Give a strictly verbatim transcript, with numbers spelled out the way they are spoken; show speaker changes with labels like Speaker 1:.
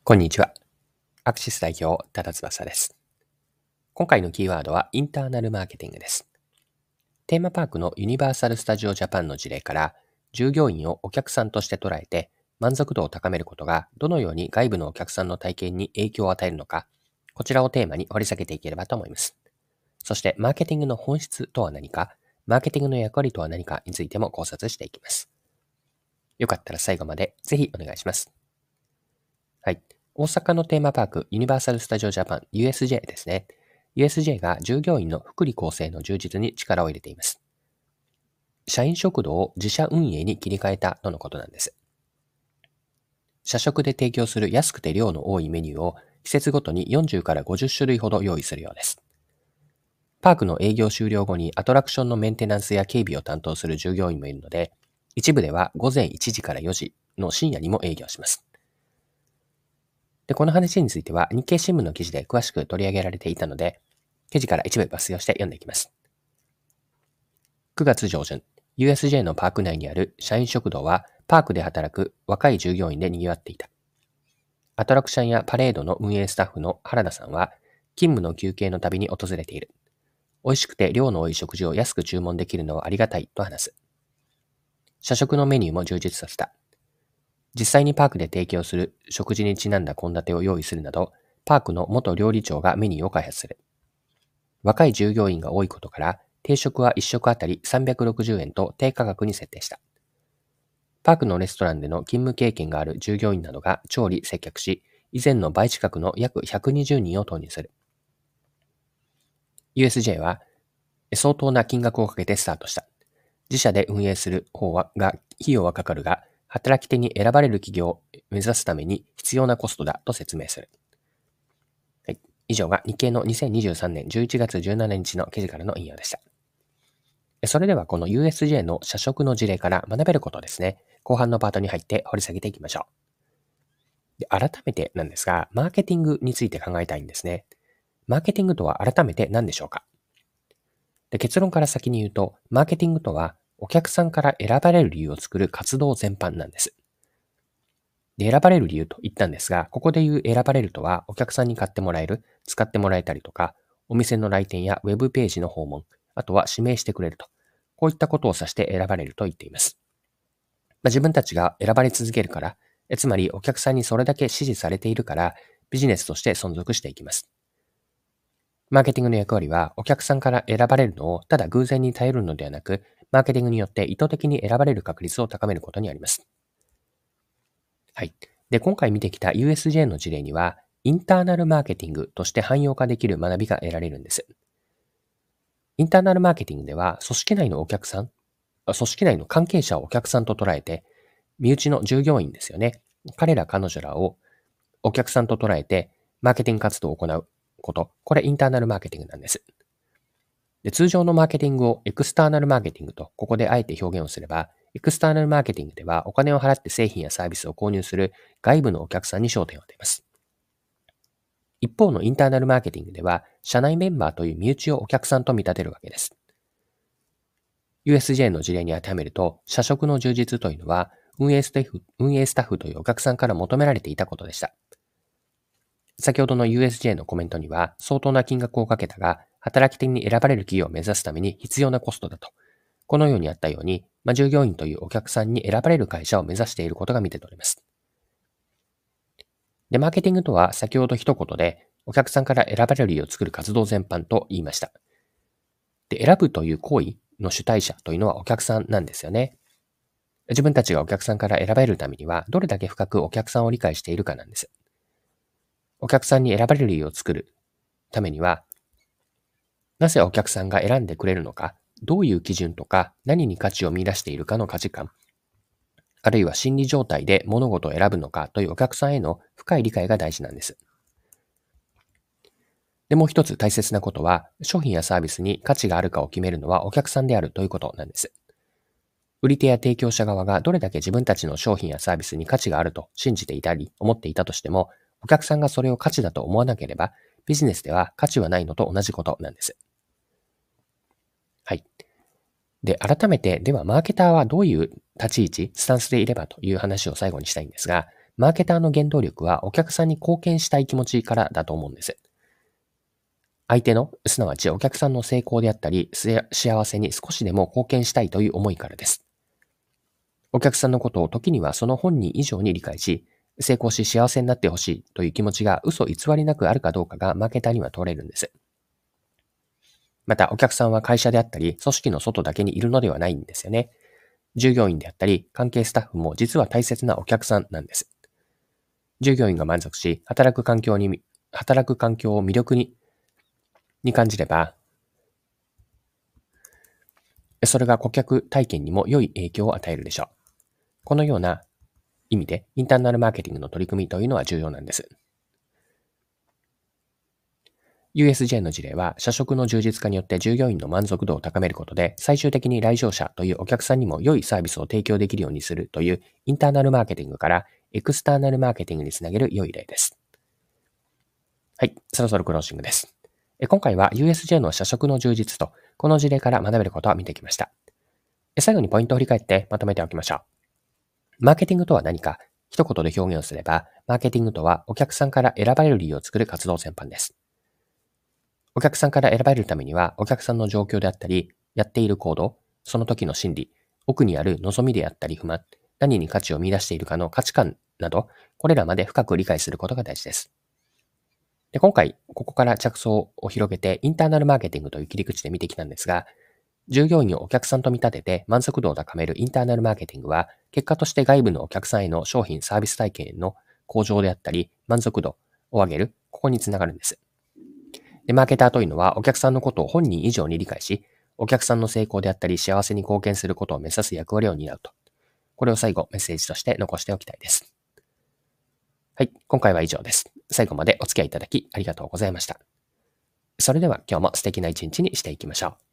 Speaker 1: こんにちは。アクシス代表、多田翼です。今回のキーワードはインターナルマーケティングです。テーマパークのユニバーサル・スタジオ・ジャパンの事例から、従業員をお客さんとして捉えて満足度を高めることがどのように外部のお客さんの体験に影響を与えるのか、こちらをテーマに掘り下げていければと思います。そして、マーケティングの本質とは何か、マーケティングの役割とは何かについても考察していきます。よかったら最後までぜひお願いします。はい。大阪のテーマパーク、ユニバーサル・スタジオ・ジャパン、ユーエスジェー ですね。ユーエスジェー が従業員の福利厚生の充実に力を入れています。社員食堂を自社運営に切り替えたとのことなんです。社食で提供する安くて量の多いメニューを季節ごとによんじゅうからごじゅっしゅるいほど用意するようです。パークの営業終了後にアトラクションのメンテナンスや警備を担当する従業員もいるので、一部では午前いちじからよじの深夜にも営業します。で、この話については日経新聞の記事で詳しく取り上げられていたので、記事から一部抜粋をして読んでいきます。くがつ上旬、ユーエスジェー のパーク内にある社員食堂はパークで働く若い従業員で賑わっていた。アトラクションやパレードの運営スタッフの原田さんは、勤務の休憩のたびに訪れている。美味しくて量の多い食事を安く注文できるのはありがたいと話す。社食のメニューも充実させた。実際にパークで提供する食事にちなんだ献立を用意するなど、パークの元料理長がメニューを開発する。若い従業員が多いことから、定食はいっ食あたりさんびゃくろくじゅうえんと低価格に設定した。パークのレストランでの勤務経験がある従業員などが調理接客し、以前の倍近くの約ひゃくにじゅうにんを投入する。ユーエスジェー は相当な金額をかけてスタートした。自社で運営する方はが費用はかかるが、働き手に選ばれる企業を目指すために必要なコストだと説明する。はい、以上が日経のにせんにじゅうさんねんじゅういちがつじゅうしちにちの記事からの引用でした。それではこの ユーエスジェー の社食の事例から学べることですね。後半のパートに入って掘り下げていきましょう。で、改めてなんですが、マーケティングについて考えたいんですね。マーケティングとは改めて何でしょうか？で、結論から先に言うと、マーケティングとはお客さんから選ばれる理由を作る活動全般なんです。で、選ばれる理由と言ったんですが、ここで言う選ばれるとは、お客さんに買ってもらえる、使ってもらえたりとか、お店の来店やウェブページの訪問、あとは指名してくれると。こういったことを指して選ばれると言っています。まあ、自分たちが選ばれ続けるから、えつまりお客さんにそれだけ支持されているから、ビジネスとして存続していきます。マーケティングの役割は、お客さんから選ばれるのをただ偶然に頼るのではなく、マーケティングによって意図的に選ばれる確率を高めることにあります。はい。で、今回見てきた ユーエスジェー の事例には、インターナルマーケティングとして汎用化できる学びが得られるんです。インターナルマーケティングでは、組織内のお客さん、組織内の関係者をお客さんと捉えて、身内の従業員ですよね。彼ら彼女らをお客さんと捉えて、マーケティング活動を行うこと。これインターナルマーケティングなんです。で、通常のマーケティングをエクスターナルマーケティングと、ここであえて表現をすれば、エクスターナルマーケティングではお金を払って製品やサービスを購入する外部のお客さんに焦点を当てます。一方のインターナルマーケティングでは、社内メンバーという身内をお客さんと見立てるわけです。ユーエスジェー の事例に当てはめると、社食の充実というのは、運営スタッフ、運営スタッフというお客さんから求められていたことでした。先ほどの ユーエスジェー のコメントには、相当な金額をかけたが、働き手に選ばれる企業を目指すために必要なコストだと。このようにあったように、まあ、従業員というお客さんに選ばれる会社を目指していることが見て取れます。で、マーケティングとは先ほど一言で、お客さんから選ばれる理由を作る活動全般と言いました。で、選ぶという行為の主体者というのはお客さんなんですよね。自分たちがお客さんから選ばれるためには、どれだけ深くお客さんを理解しているかなんです。お客さんに選ばれる理由を作るためには、なぜお客さんが選んでくれるのか、どういう基準とか何に価値を見出しているかの価値観、あるいは心理状態で物事を選ぶのかというお客さんへの深い理解が大事なんです。で、もう一つ大切なことは、商品やサービスに価値があるかを決めるのはお客さんであるということなんです。売り手や提供者側がどれだけ自分たちの商品やサービスに価値があると信じていたり思っていたとしても、お客さんがそれを価値だと思わなければ、ビジネスでは価値はないのと同じことなんです。はい。で、改めて、ではマーケターはどういう立ち位置、スタンスでいればという話を最後にしたいんですが、 マーケターの原動力はお客さんに貢献したい気持ちからだと思うんです。相手の、すなわちお客さんの成功であったり、幸せに少しでも貢献したいという思いからです。お客さんのことを時にはその本人以上に理解し、成功し幸せになってほしいという気持ちが嘘偽りなくあるかどうかがマーケターには問われるんです。また、お客さんは会社であったり、組織の外だけにいるのではないんですよね。従業員であったり、関係スタッフも実は大切なお客さんなんです。従業員が満足し、働く環境に、働く環境を魅力に、に感じれば、それが顧客体験にも良い影響を与えるでしょう。このような意味で、インターナルマーケティングの取り組みというのは重要なんです。ユーエスジェー の事例は、社食の充実化によって従業員の満足度を高めることで、最終的に来場者というお客さんにも良いサービスを提供できるようにするというインターナルマーケティングからエクスターナルマーケティングにつなげる良い例です。はい、そろそろクロージングです。今回は ユーエスジェー の社食の充実と、この事例から学べることを見てきました。最後にポイントを振り返ってまとめておきましょう。マーケティングとは何か、一言で表現をすれば、マーケティングとはお客さんから選ばれる理由を作る活動全般です。お客さんから選ばれるためには、お客さんの状況であったり、やっている行動、その時の心理、奥にある望みであったり不満、何に価値を見出しているかの価値観など、これらまで深く理解することが大事です。で、今回、ここから着想を広げて、インターナルマーケティングという切り口で見てきたんですが、従業員をお客さんと見立てて満足度を高めるインターナルマーケティングは、結果として外部のお客さんへの商品サービス体験の向上であったり、満足度を上げる、ここにつながるんです。で、マーケターというのはお客さんのことを本人以上に理解し、お客さんの成功であったり幸せに貢献することを目指す役割を担うと。これを最後メッセージとして残しておきたいです。はい、今回は以上です。最後までお付き合いいただきありがとうございました。それでは今日も素敵な一日にしていきましょう。